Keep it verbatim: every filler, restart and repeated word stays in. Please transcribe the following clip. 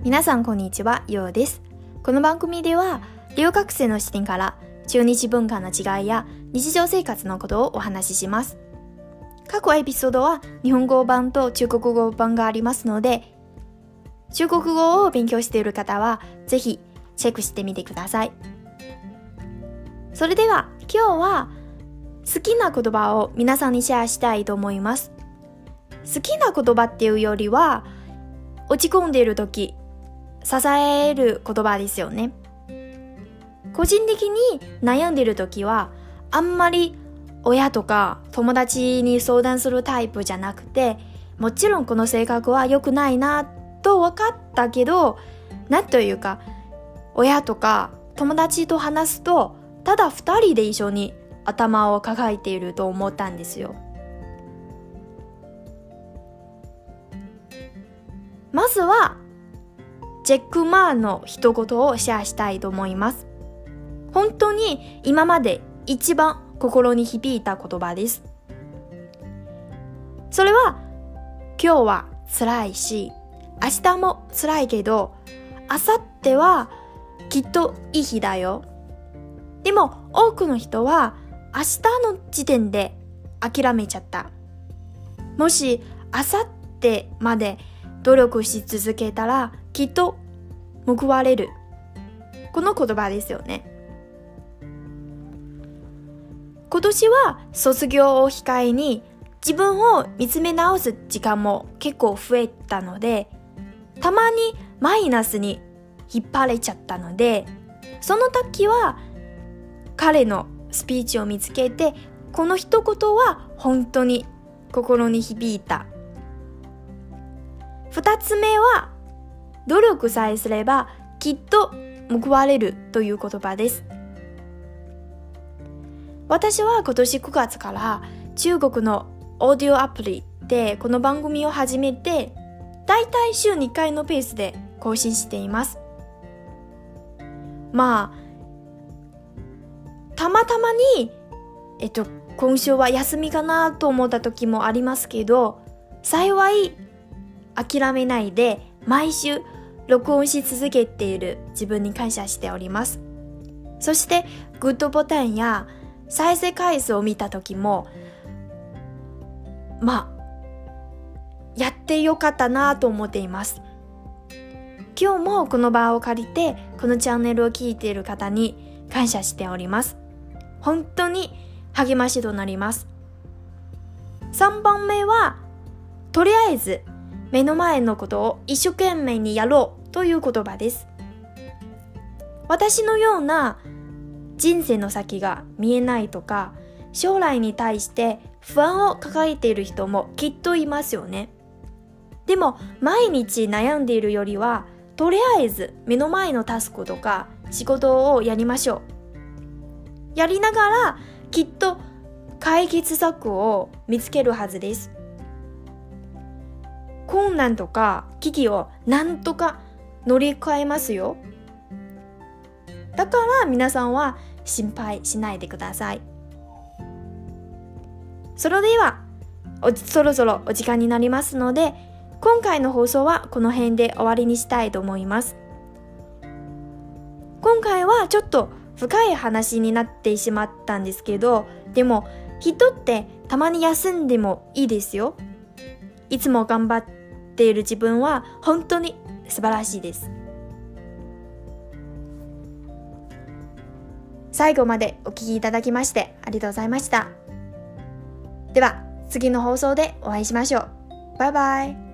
皆さんこんにちは、ようです。この番組では留学生の視点から中日文化の違いや日常生活のことをお話しします。各エピソードは日本語版と中国語版がありますので、中国語を勉強している方はぜひチェックしてみてください。それでは今日は好きな言葉を皆さんにシェアしたいと思います。好きな言葉っていうよりは落ち込んでいるとき支える言葉ですよね。個人的に悩んでいるときはあんまり親とか友達に相談するタイプじゃなくて、もちろんこの性格は良くないなと分かったけど、なんというか親とか友達と話すとただ二人で一緒に頭を抱えていると思ったんですよ。まずはジェック・マーの一言をシェアしたいと思います。本当に今まで一番心に響いた言葉です。それは、今日は辛いし、明日も辛いけど、明後日はきっといい日だよ。でも多くの人は明日の時点で諦めちゃった。もし明後日まで努力し続けたらきっと報われる。この言葉ですよね。今年は卒業を控えに自分を見つめ直す時間も結構増えたので、たまにマイナスに引っ張れちゃったので、その時は彼のスピーチを見つけて、この一言は本当に心に響いた。二つ目は、努力さえすればきっと報われるという言葉です。私は今年くがつから中国のオーディオアプリでこの番組を始めて、だいたい週にかいのペースで更新しています。まあ、たまたまに、えっと、今週は休みかなと思った時もありますけど、幸い諦めないで毎週録音し続けている自分に感謝しております。そしてグッドボタンや再生回数を見た時も、まあやってよかったなと思っています。今日もこの場を借りてこのチャンネルを聞いている方に感謝しております。本当に励ましとなります。さんばんめは、とりあえず目の前のことを一生懸命にやろうという言葉です。私のような人生の先が見えないとか、将来に対して不安を抱えている人もきっといますよね。でも毎日悩んでいるよりは、とりあえず目の前のタスクとか仕事をやりましょう。やりながらきっと解決策を見つけるはずです。困難とか危機をなんとか乗り越えますよ。だから皆さんは心配しないでください。それではおそろそろお時間になりますので、今回の放送はこの辺で終わりにしたいと思います。今回はちょっと深い話になってしまったんですけど、でも人ってたまに休んでもいいですよ。いつも頑張っている自分は本当に素晴らしいです。最後までお聞きいただきましてありがとうございました。では次の放送でお会いしましょう。バイバイ。